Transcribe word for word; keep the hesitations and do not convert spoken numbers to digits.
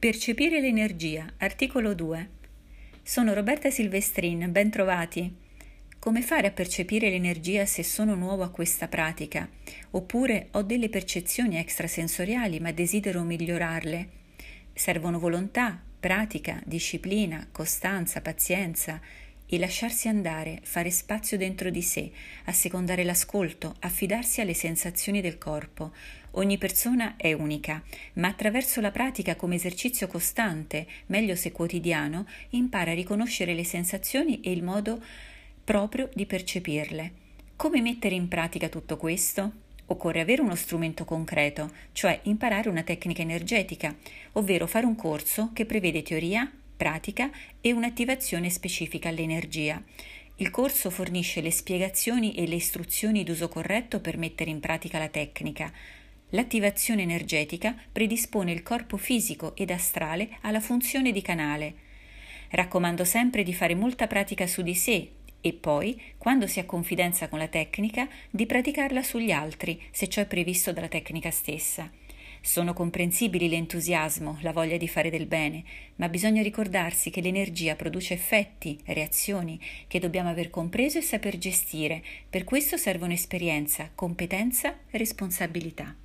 Percepire l'energia, articolo due. Sono Roberta Silvestrin, ben trovati. Come fare a percepire l'energia se sono nuovo a questa pratica? Oppure ho delle percezioni extrasensoriali ma desidero migliorarle? Servono volontà, pratica, disciplina, costanza, pazienza e lasciarsi andare, fare spazio dentro di sé, assecondare l'ascolto, affidarsi alle sensazioni del corpo. Ogni persona è unica, ma attraverso la pratica come esercizio costante, meglio se quotidiano, impara a riconoscere le sensazioni e il modo proprio di percepirle. Come mettere in pratica tutto questo? Occorre avere uno strumento concreto, cioè imparare una tecnica energetica, ovvero fare un corso che prevede teoria, pratica e un'attivazione specifica all'energia. Il corso fornisce le spiegazioni e le istruzioni d'uso corretto per mettere in pratica la tecnica. L'attivazione energetica predispone il corpo fisico ed astrale alla funzione di canale. Raccomando sempre di fare molta pratica su di sé e poi, quando si ha confidenza con la tecnica, di praticarla sugli altri, se ciò è previsto dalla tecnica stessa. Sono comprensibili l'entusiasmo, la voglia di fare del bene, ma bisogna ricordarsi che l'energia produce effetti, reazioni, che dobbiamo aver compreso e saper gestire. Per questo servono esperienza, competenza e responsabilità.